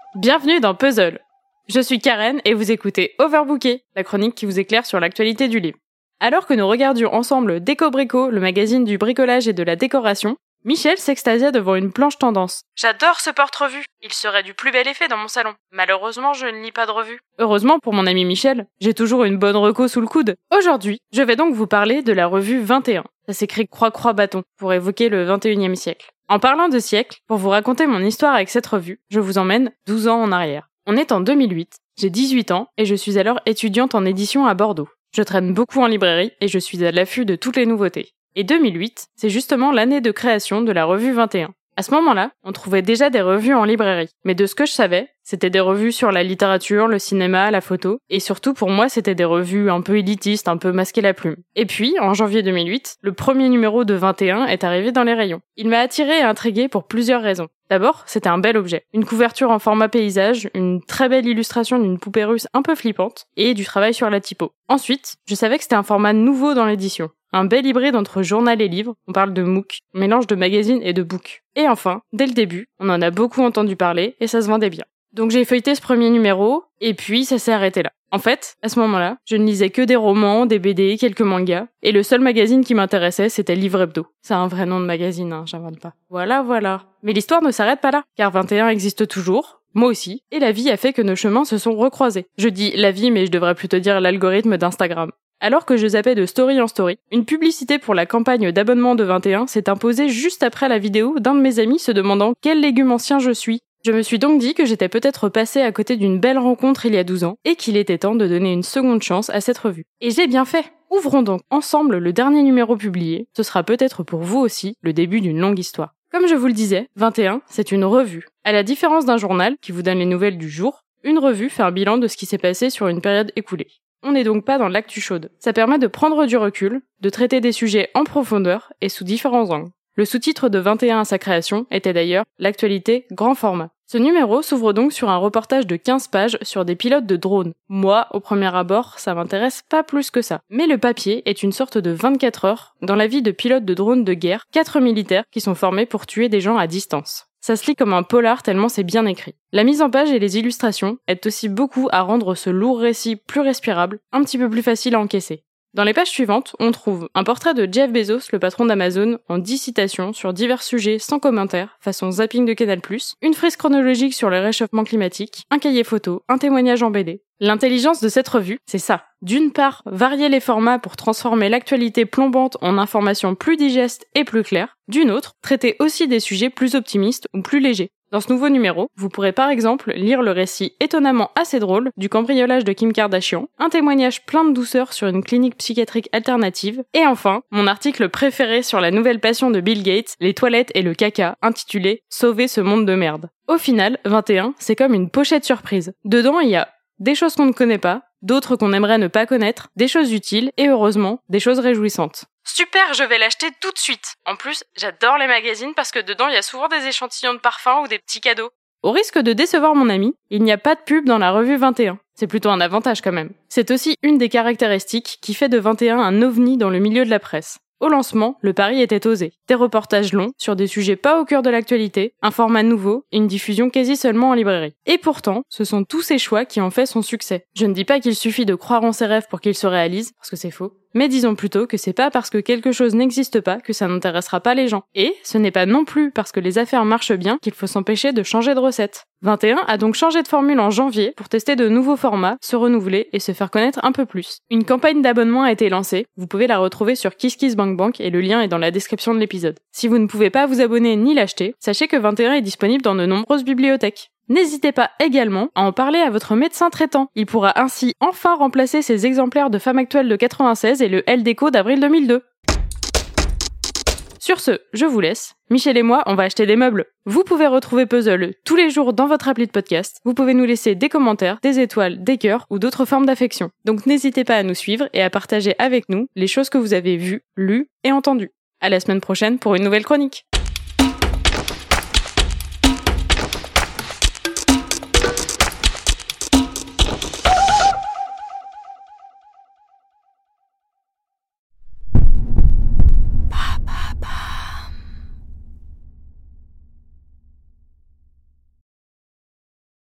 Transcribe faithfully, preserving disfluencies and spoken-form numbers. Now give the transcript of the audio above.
Bienvenue dans Puzzle. Je suis Karen et vous écoutez Overbooké, la chronique qui vous éclaire sur l'actualité du livre. Alors que nous regardions ensemble Déco Brico, le magazine du bricolage et de la décoration, Michel s'extasia devant une planche tendance. J'adore ce porte-revue. Il serait du plus bel effet dans mon salon. Malheureusement, je ne lis pas de revue. Heureusement pour mon ami Michel, j'ai toujours une bonne reco sous le coude. Aujourd'hui, je vais donc vous parler de la revue vingt et un. Ça s'écrit croix-croix-bâton pour évoquer le vingt et unième siècle. En parlant de siècle, pour vous raconter mon histoire avec cette revue, je vous emmène douze ans en arrière. On est en deux mille huit, j'ai dix-huit ans et je suis alors étudiante en édition à Bordeaux. Je traîne beaucoup en librairie et je suis à l'affût de toutes les nouveautés. Et deux mille huit, c'est justement l'année de création de la revue vingt et un. À ce moment-là, on trouvait déjà des revues en librairie. Mais de ce que je savais, c'était des revues sur la littérature, le cinéma, la photo, et surtout pour moi, c'était des revues un peu élitistes, un peu masquées la plume. Et puis, en janvier deux mille huit, le premier numéro de vingt et un est arrivé dans les rayons. Il m'a attiré et intrigué pour plusieurs raisons. D'abord, c'était un bel objet. Une couverture en format paysage, une très belle illustration d'une poupée russe un peu flippante, et du travail sur la typo. Ensuite, je savais que c'était un format nouveau dans l'édition. Un bel hybride entre journal et livre, on parle de MOOC, mélange de magazine et de book. Et enfin, dès le début, on en a beaucoup entendu parler et ça se vendait bien. Donc j'ai feuilleté ce premier numéro, et puis ça s'est arrêté là. En fait, à ce moment-là, je ne lisais que des romans, des B D, quelques mangas, et le seul magazine qui m'intéressait, c'était Livre Hebdo. C'est un vrai nom de magazine, hein, j'invente pas. Voilà, voilà. Mais l'histoire ne s'arrête pas là, car vingt et un existe toujours, moi aussi, et la vie a fait que nos chemins se sont recroisés. Je dis la vie, mais je devrais plutôt dire l'algorithme d'Instagram. Alors que je zappais de story en story, une publicité pour la campagne d'abonnement de vingt et un s'est imposée juste après la vidéo d'un de mes amis se demandant quel légume ancien je suis. Je me suis donc dit que j'étais peut-être passée à côté d'une belle rencontre il y a douze ans et qu'il était temps de donner une seconde chance à cette revue. Et j'ai bien fait. Ouvrons donc ensemble le dernier numéro publié. Ce sera peut-être pour vous aussi le début d'une longue histoire. Comme je vous le disais, vingt et un, c'est une revue. À la différence d'un journal qui vous donne les nouvelles du jour, une revue fait un bilan de ce qui s'est passé sur une période écoulée. On n'est donc pas dans l'actu chaude. Ça permet de prendre du recul, de traiter des sujets en profondeur et sous différents angles. Le sous-titre de vingt et un à sa création était d'ailleurs « L'actualité grand format ». Ce numéro s'ouvre donc sur un reportage de quinze pages sur des pilotes de drones. Moi, au premier abord, ça m'intéresse pas plus que ça. Mais le papier est une sorte de vingt-quatre heures dans la vie de pilotes de drones de guerre, quatre militaires qui sont formés pour tuer des gens à distance. Ça se lit comme un polar tellement c'est bien écrit. La mise en page et les illustrations aident aussi beaucoup à rendre ce lourd récit plus respirable, un petit peu plus facile à encaisser. Dans les pages suivantes, on trouve un portrait de Jeff Bezos, le patron d'Amazon, en dix citations sur divers sujets sans commentaire, façon zapping de Canal plus, une frise chronologique sur le réchauffement climatique, un cahier photo, un témoignage en B D. L'intelligence de cette revue, c'est ça. D'une part, varier les formats pour transformer l'actualité plombante en informations plus digestes et plus claires. D'une autre, traiter aussi des sujets plus optimistes ou plus légers. Dans ce nouveau numéro, vous pourrez par exemple lire le récit étonnamment assez drôle du cambriolage de Kim Kardashian, un témoignage plein de douceur sur une clinique psychiatrique alternative, et enfin, mon article préféré sur la nouvelle passion de Bill Gates, les toilettes et le caca, intitulé « Sauver ce monde de merde ». Au final, vingt et un, c'est comme une pochette surprise. Dedans, il y a des choses qu'on ne connaît pas, d'autres qu'on aimerait ne pas connaître, des choses utiles et heureusement, des choses réjouissantes. Super, je vais l'acheter tout de suite. En plus, j'adore les magazines parce que dedans, il y a souvent des échantillons de parfums ou des petits cadeaux. Au risque de décevoir mon ami, il n'y a pas de pub dans la revue vingt et un. C'est plutôt un avantage quand même. C'est aussi une des caractéristiques qui fait de vingt et un un ovni dans le milieu de la presse. Au lancement, le pari était osé. Des reportages longs sur des sujets pas au cœur de l'actualité, un format nouveau et une diffusion quasi seulement en librairie. Et pourtant, ce sont tous ces choix qui ont fait son succès. Je ne dis pas qu'il suffit de croire en ses rêves pour qu'ils se réalisent, parce que c'est faux. Mais disons plutôt que c'est pas parce que quelque chose n'existe pas que ça n'intéressera pas les gens. Et ce n'est pas non plus parce que les affaires marchent bien qu'il faut s'empêcher de changer de recette. vingt et un a donc changé de formule en janvier pour tester de nouveaux formats, se renouveler et se faire connaître un peu plus. Une campagne d'abonnement a été lancée, vous pouvez la retrouver sur KissKissBankBank et le lien est dans la description de l'épisode. Si vous ne pouvez pas vous abonner ni l'acheter, sachez que vingt et un est disponible dans de nombreuses bibliothèques. N'hésitez pas également à en parler à votre médecin traitant. Il pourra ainsi enfin remplacer ses exemplaires de Femme Actuelle de quatre-vingt-seize et le L Déco d'avril deux mille deux. Sur ce, je vous laisse. Michel et moi, on va acheter des meubles. Vous pouvez retrouver Puzzle tous les jours dans votre appli de podcast. Vous pouvez nous laisser des commentaires, des étoiles, des cœurs ou d'autres formes d'affection. Donc n'hésitez pas à nous suivre et à partager avec nous les choses que vous avez vues, lues et entendues. À la semaine prochaine pour une nouvelle chronique.